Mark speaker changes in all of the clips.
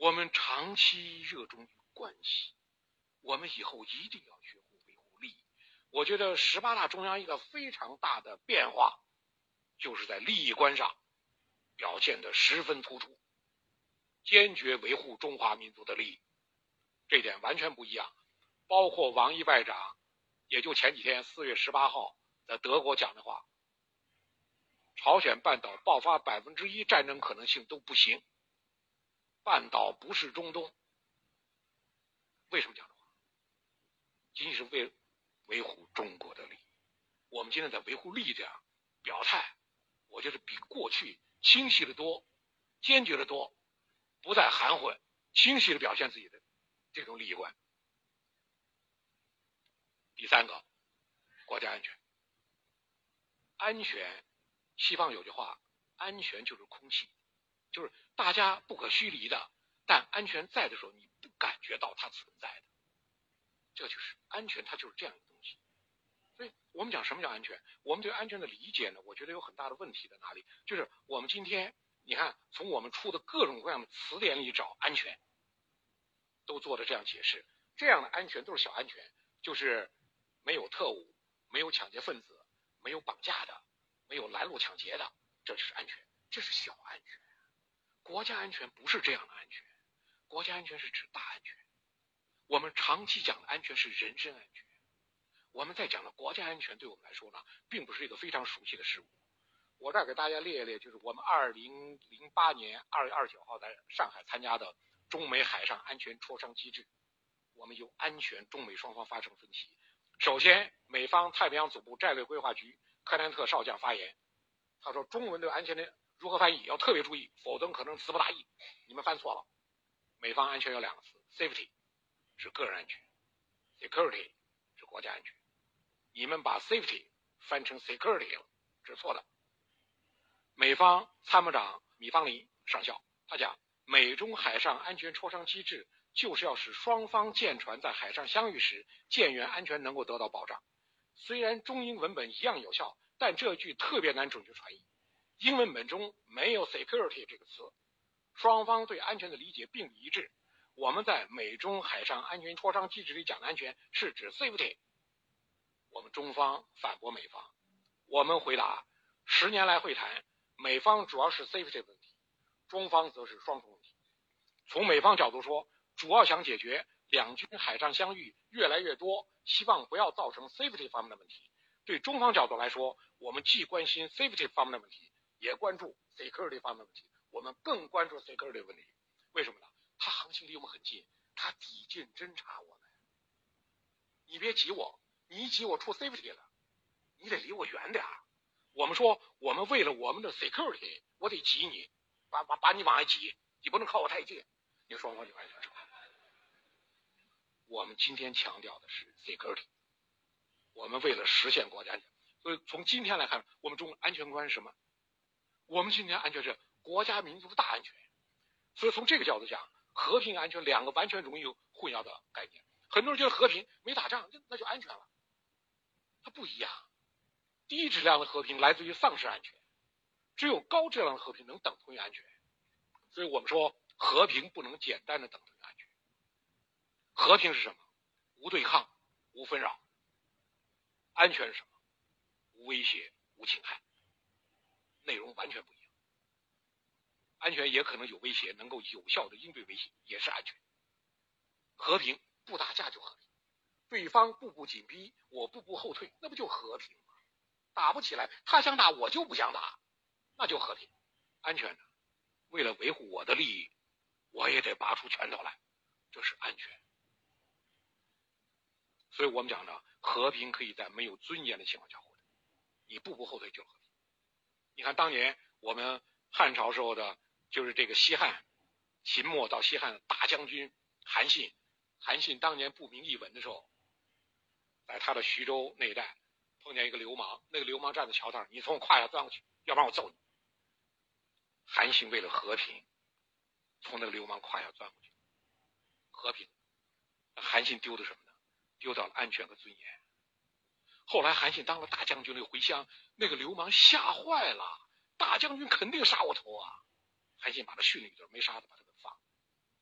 Speaker 1: 我们长期热衷于关系，我们以后一定要学会维护利益。我觉得18大中央一个非常大的变化，就是在利益观上表现得十分突出，坚决维护中华民族的利益，这点完全不一样。包括王毅外长也就前几天4月18号在德国讲的话，朝鲜半岛爆发1%战争可能性都不行，半岛不是中东。为什么讲这话？仅仅是为维护中国的利益。我们今天在维护利益这样表态，我觉得比过去清晰得多，坚决得多，不再含混，清晰地表现自己的这种利益观。第三个，国家安全。安全，西方有句话，安全就是空气，就是大家不可虚离的，但安全在的时候你不感觉到它存在的，这就是安全，它就是这样一个东西。所以我们讲什么叫安全，我们对安全的理解呢，我觉得有很大的问题在哪里，就是我们今天你看从我们出的各种各样的词典里找安全，都做了这样解释，这样的安全都是小安全，就是没有特务，没有抢劫分子，没有绑架的，没有拦路抢劫的，这就是安全，这是小安全。国家安全不是这样的安全，国家安全是指大安全。我们长期讲的安全是人身安全，我们在讲的国家安全对我们来说呢，并不是一个非常熟悉的事物。我这儿给大家列一列，就是我们2008年2月29号在上海参加的中美海上安全磋商机制，我们由安全中美双方发生分歧。首先，美方太平洋总部战略规划局克兰特少将发言，他说中文对安全的如何翻译要特别注意，否则可能词不达意，你们翻错了。美方安全有2个词， safety 是个人安全， security 是国家安全，你们把 safety 翻成 security 了，这是错的。美方参谋长米方林上校他讲，美中海上安全磋商机制就是要使双方舰船在海上相遇时，舰员安全能够得到保障。虽然中英文本一样有效，但这句特别难准确传译。英文本中没有 security 这个词，双方对安全的理解并不一致。我们在美中海上安全磋商机制里讲的安全是指 safety。我们中方反驳美方，我们回答，10年来会谈，美方主要是 safety 问题，中方则是双重问题。从美方角度说，主要想解决两军海上相遇越来越多，希望不要造成 safety 方面的问题。对中方角度来说，我们既关心 safety 方面的问题，也关注 security 方面的问题，我们更关注 security 问题。为什么呢？他航行离我们很近，他抵近侦察我们。你别挤我，你一挤我出 safety 了，你得离我远点。我们说我们为了我们的 security， 我得挤你，把你往外挤，你不能靠我太近，你双方就安全成。我们今天强调的是 security， 我们为了实现国家安全，所以从今天来看，我们中国安全观是什么？我们今天安全是国家民族的大安全。所以从这个角度讲，和平安全2个完全容易混淆的概念。很多人觉得和平没打仗那就安全了，它不一样。低质量的和平来自于丧失安全，只有高质量的和平能等同于安全。所以我们说和平不能简单的等同于安全。和平是什么？无对抗，无纷扰。安全是什么？无威胁，无侵害。内容完全不一样。安全也可能有威胁，能够有效的应对威胁，也是安全。和平不打架就和平，对方步步紧逼，我步步后退，那不就和平吗？打不起来，他想打我就不想打，那就和平。安全呢？为了维护我的利益，我也得拔出拳头来，这是安全。所以我们讲呢，和平可以在没有尊严的情况下获得，你步步后退就是和平。你看当年我们汉朝时候的，就是这个西汉，秦末到西汉的大将军韩信，韩信当年不明一文的时候，在他的徐州那一带碰见一个流氓，那个流氓站在桥上，你从我胯下钻过去，要不然我揍你。韩信为了和平，从那个流氓胯下钻过去，和平。韩信丢的什么呢？丢掉了安全和尊严。后来韩信当了大将军了，回乡，那个流氓吓坏了，大将军肯定杀我头啊！韩信把他训了一顿，没杀他，把他给放。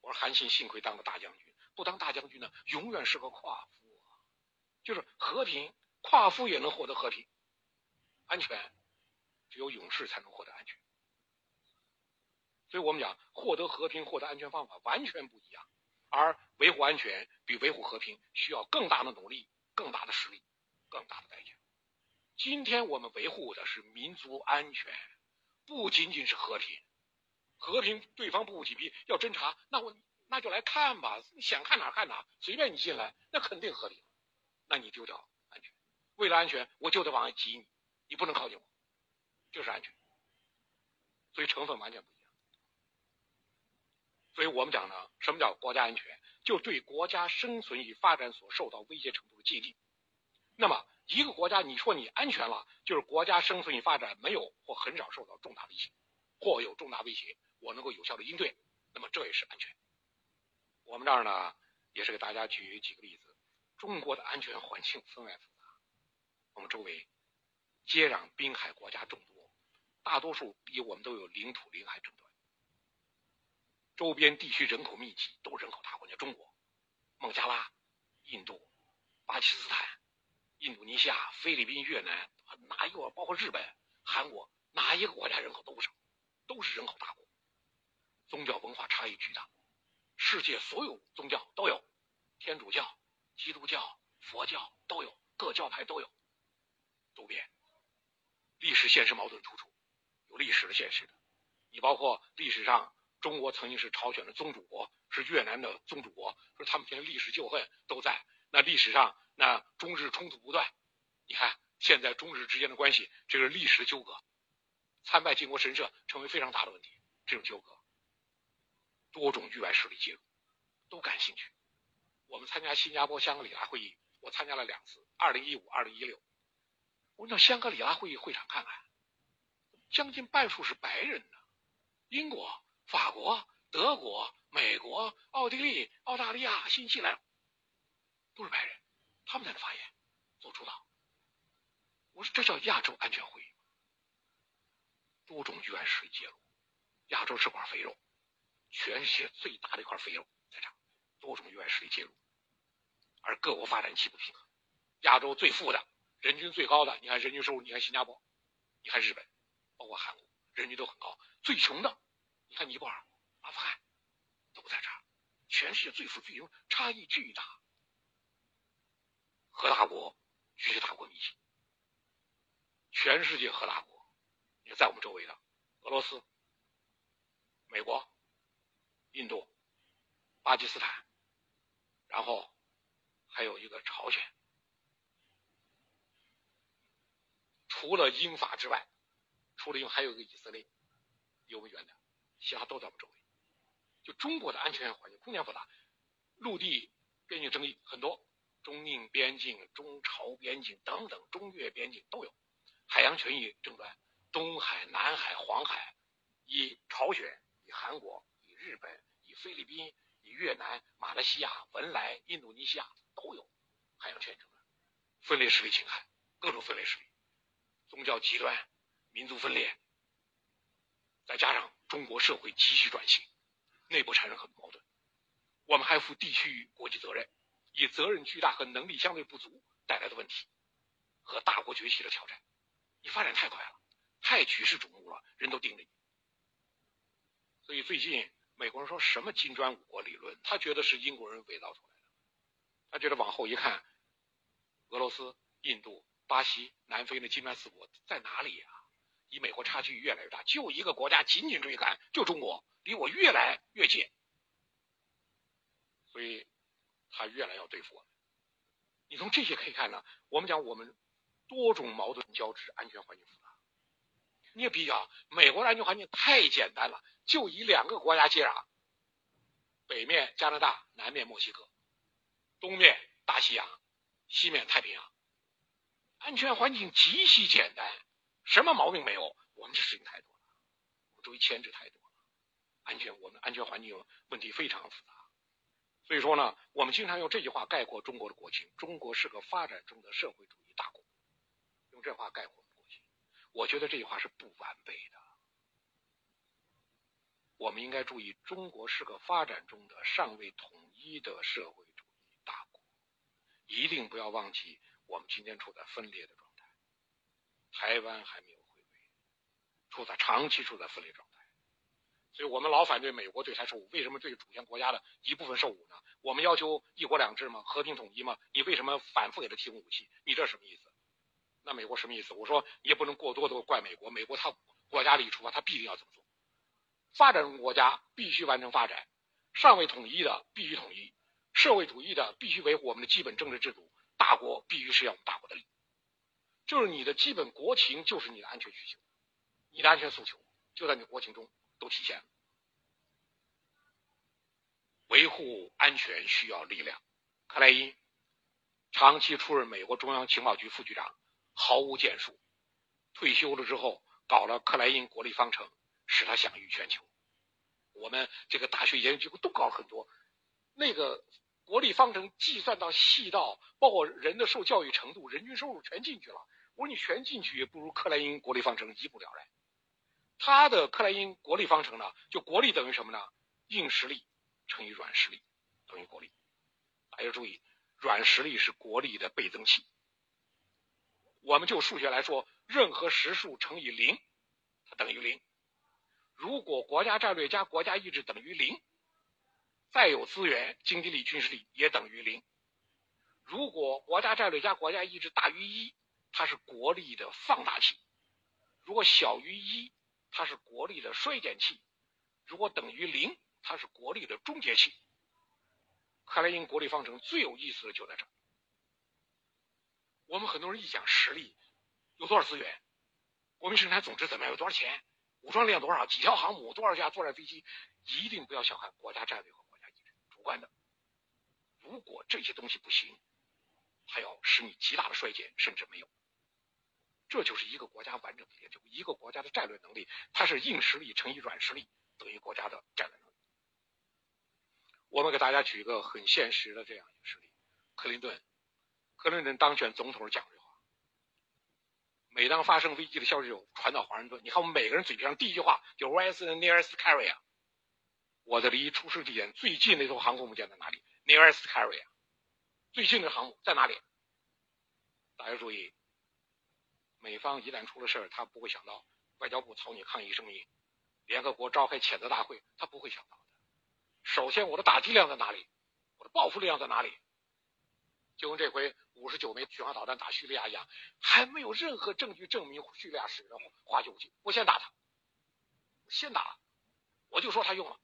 Speaker 1: 我说韩信幸亏当了大将军，不当大将军呢，永远是个夸父啊。就是和平，夸父也能获得和平，安全只有勇士才能获得安全。所以我们讲获得和平、获得安全方法完全不一样，而维护安全比维护和平需要更大的努力、更大的实力、更大的代价。今天我们维护的是民族安全，不仅仅是和平。和平对方不紧逼要侦查，那就来看吧，你想看哪看哪，随便你进来，那肯定合理。那你就叫安全。为了安全，我就得往外挤你，你不能靠近我，这是安全。所以成分完全不一样。所以我们讲呢，什么叫国家安全？就对国家生存与发展所受到威胁程度的界定。那么一个国家，你说你安全了，就是国家生存与发展没有或很少受到重大威胁，或有重大威胁，我能够有效的应对，那么这也是安全。我们这儿呢，也是给大家举几个例子。中国的安全环境分外复杂，我们周围接壤滨海国家众多，大多数比我们都有领土临海争端，周边地区人口密集，都人口大国家，中国、孟加拉、印度、巴基斯坦、印度尼西亚、菲律宾、越南，哪一个包括日本、韩国，哪一个国家人口都不少，都是人口大国，宗教文化差异巨大，世界所有宗教都有，天主教、基督教、佛教都有，各教派都有，周边历史现实矛盾处处，有历史的现实的。你包括历史上中国曾经是朝鲜的宗主国，是越南的宗主国，说他们现在历史旧恨都在。那历史上那中日冲突不断，你看现在中日之间的关系，这个历史纠葛，参拜靖国神社成为非常大的问题。这种纠葛，多种域外势力介入，都感兴趣。我们参加新加坡香格里拉会议，我参加了2次，2015、2016。我到香格里拉会议会场看看，将近半数是白人呢，英国、法国、德国、美国、奥地利、澳大利亚、新西兰，都是白人，他们在那发言，做主导。我说这叫亚洲安全会议，多种域外势力介入，亚洲是块肥肉，全世界最大的一块肥肉在这，多种域外势力介入，而各国发展极不平衡。亚洲最富的、人均最高的，你看人均收入，你看新加坡，你看日本，包括韩国，人均都很高。最穷的，你看尼泊尔、阿富汗，都在这儿。全世界最富最穷，差异巨大。核大国与其大国密集，全世界核大国，你看在我们周围的俄罗斯、美国、印度、巴基斯坦，然后还有一个朝鲜。除了英法之外，除了英还有一个以色列，离我们远的，其他都在我们周围。就中国的安全环境空前复杂，陆地边境争议很多，中印边境、中朝边境等等，中越边境都有，海洋权益争端，东海、南海、黄海，以朝鲜、以韩国、以日本、以菲律宾、以越南、马来西亚、文莱、印度尼西亚都有海洋权益争端，分裂势力侵害，各种分裂势力，宗教极端、民族分裂，再加上中国社会急剧转型，内部产生很多矛盾。我们还负地区国际责任，以责任巨大和能力相对不足带来的问题和大国崛起的挑战。你发展太快了，太举世瞩目了，人都盯着你。所以最近美国人说什么金砖5国理论，他觉得是英国人伪造出来的。他觉得往后一看，俄罗斯、印度、巴西、南非的金砖4国在哪里啊？与美国差距越来越大，就一个国家紧紧追赶，就中国，离我越来越近。所以他越来要对付我们。你从这些可以看呢，我们讲我们多种矛盾交织，安全环境复杂。你也比较美国的安全环境太简单了，就以2个国家接壤，北面加拿大，南面墨西哥，东面大西洋，西面太平洋，安全环境极其简单，什么毛病没有。我们这事情太多了，我们周围牵制太多了，我们安全环境问题非常复杂。所以说呢，我们经常用这句话概括中国的国情：中国是个发展中的社会主义大国。用这话概括我们国情，我觉得这句话是不完备的。 我们应该注意，中国是个发展中的尚未统一的社会主义大国，一定不要忘记我们今天处在分裂的状态，台湾还没有回归，长期处在分裂状态。所以我们老反对美国对台售武，为什么对主权国家的一部分售武呢？我们要求一国两制吗？和平统一吗？你为什么反复给他提供武器？你这什么意思？那美国什么意思？我说你也不能过多的怪美国，美国他国家利益出发，他必定要这么做。发展中国家必须完成发展，尚未统一的必须统一，社会主义的必须维护我们的基本政治制度，大国必须实现我们大国的利益。就是你的基本国情就是你的安全需求，你的安全诉求就在你的国情中都体现了。维护安全需要力量。克莱因长期出任美国中央情报局副局长，毫无建树，退休了之后搞了克莱因国力方程，使他享誉全球。我们这个大学研究机构都搞了很多，那个国力方程计算到细到包括人的受教育程度、人均收入全进去了。我说你全进去也不如克莱因国力方程一目了然。他的克莱因国力方程呢，就国力等于什么呢？硬实力乘以软实力等于国力。大家注意，软实力是国力的倍增器。我们就数学来说，任何实数乘以0，它等于0。如果国家战略加国家意志等于0，再有资源、经济力、军事力也等于0。如果国家战略加国家意志大于1，它是国力的放大器；如果小于1，它是国力的衰减器；如果等于0，它是国力的终结器。克莱因国力方程最有意思的就在这儿。我们很多人一讲实力，有多少资源，国民生产总值怎么样，有多少钱，武装力量多少，几条航母，多少架作战飞机，一定不要小看国家战略和国家意志，主观的。如果这些东西不行，它要使你极大的衰减，甚至没有。这就是一个国家完整的研究，一个国家的战略能力，它是硬实力乘以软实力等于国家的战略能力。我们给大家举一个很现实的这样一个实例，克林顿当选总统讲这话，每当发生危机的消息就传到华盛顿，你看我们每个人嘴皮上第一句话就 Where is the nearest carrier？ 我的离出事地点最近那艘航空母舰在哪里？ Nearest carrier， 最近的航母在哪里？大家注意，美方一旦出了事，他不会想到外交部草拟抗议声明，联合国召开谴责大会，他不会想到的。首先我的打击量在哪里？我的报复力量在哪里？就跟这回59枚巡航导弹打叙利亚一样，还没有任何证据证明叙利亚使用化学武器，我先打他，先打了，我就说他用了。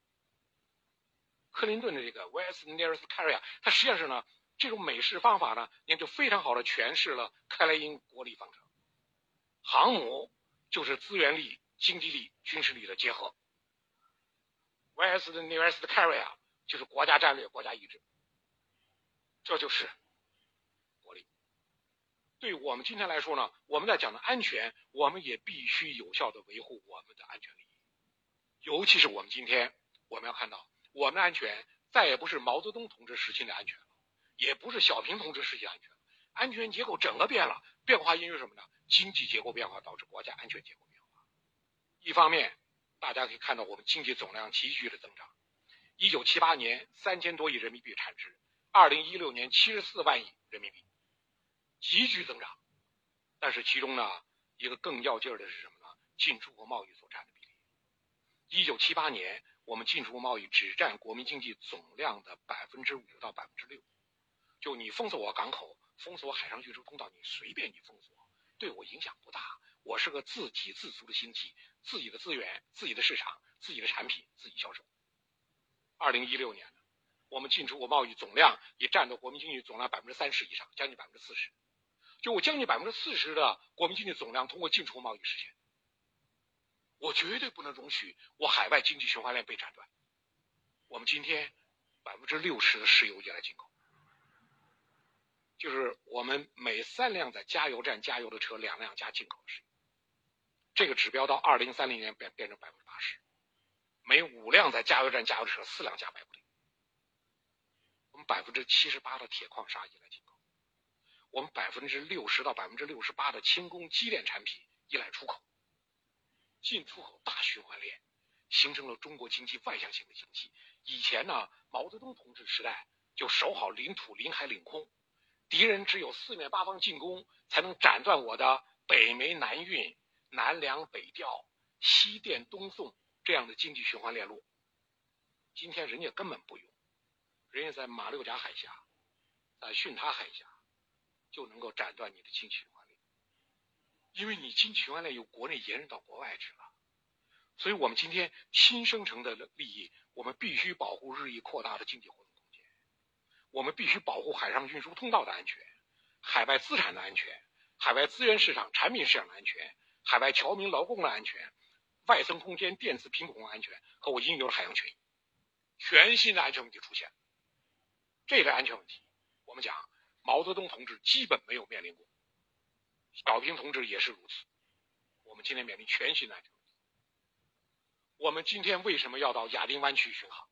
Speaker 1: 克林顿的这个 Where is the nearest carrier， 它实际上是呢，这种美式方法呢，也就非常好的诠释了克莱因国力方程。航母就是资源力、经济力、军事力的结合。Where is the nearest carrier 就是国家战略、国家意志，这就是国力。对于我们今天来说呢，我们在讲的安全，我们也必须有效的维护我们的安全利益。尤其是我们今天，我们要看到，我们的安全再也不是毛泽东同志时期的安全了，也不是小平同志时期的安全了，安全结构整个变了。变化因为什么呢？经济结构变化导致国家安全结构变化。一方面，大家可以看到我们经济总量急剧的增长，1978年3000多亿人民币产值，2016年74万亿人民币，急剧增长。但是其中呢，一个更要劲儿的是什么呢？进出口贸易所占的比例。1978年我们进出口贸易只占国民经济总量的5%到6%，就你封锁我港口，封锁海上运输通道，你随便你封锁，对我影响不大。我是个自给自足的经济，自己的资源、自己的市场、自己的产品自己销售。2016年呢，我们进出口贸易总量也占到国民经济总量30%以上，将近40%。就我将近40%的国民经济总量通过进出口贸易实现。我绝对不能容许我海外经济循环链被斩断。我们今天60%的石油也来进口，就是我们每3辆在加油站加油的车，2辆加进口的石油。这个指标到2030年变成80%，每5辆在加油站加油的车，4辆加白布林。我们78%的铁矿砂依赖进口，我们60%到68%的轻工机电产品依赖出口。进出口大循环链， 形成了中国经济外向型的经济。以前呢，毛泽东同志时代就守好领土、领海、领空，敌人只有四面八方进攻，才能斩断我的北煤南运、南粮北调、西电东送这样的经济循环链路。今天人家根本不用，人家在马六甲海峡、在巽他海峡就能够斩断你的经济循环链，因为你经济循环链由国内延伸到国外去了。所以我们今天新生成的利益，我们必须保护日益扩大的经济活动空间，我们必须保护海上运输通道的安全，海外资产的安全，海外资源市场、产品市场的安全，海外侨民劳工的安全，外层空间电子贫苦的安全和我应有的海洋权益。全新的安全问题出现，这类安全问题我们讲毛泽东同志基本没有面临过，小平同志也是如此。我们今天面临全新的安全问题。我们今天为什么要到亚丁湾去巡航？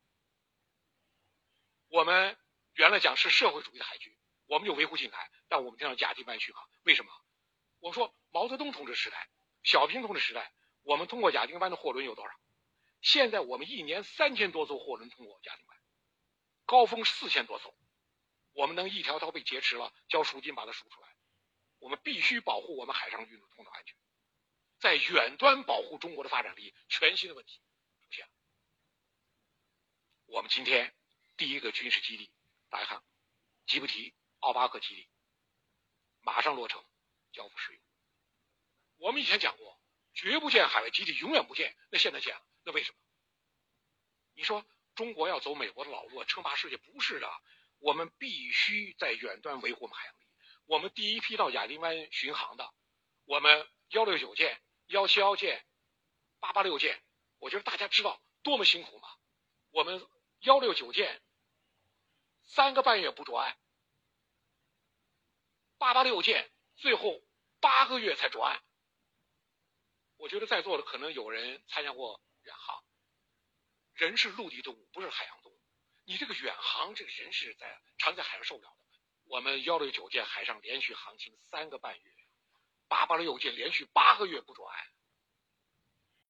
Speaker 1: 我们原来讲是社会主义的海军，我们就维护近海，但我们要亚丁湾巡航，为什么？我们说毛泽东同志时代、小平同志时代，我们通过亚丁湾的货轮有多少？现在我们一年3000多艘货轮通过亚丁湾，高峰4000多艘，我们能一条条被劫持了，交赎金把它赎出来。我们必须保护我们海上运输通道安全，在远端保护中国的发展利益。全新的问题出现了。我们今天第一个军事基地，大家看，吉布提奥巴克基地马上落成，交付使用。我们以前讲过，绝不建海外基地，永远不建，那现在建了，那为什么？你说中国要走美国的老路，称霸世界？不是的，我们必须在远端维护我们海洋利益。我们第一批到亚丁湾巡航的，我们169舰、171舰、886舰，我觉得大家知道多么辛苦吗？我们169舰3个半月不着岸，886舰最后8个月才着岸。我觉得在座的可能有人参加过远航，人是陆地动物，不是海洋动物。你这个远航，这个人是常在海上受不了的。我们169舰海上连续航行3个半月，886舰连续8个月不着岸，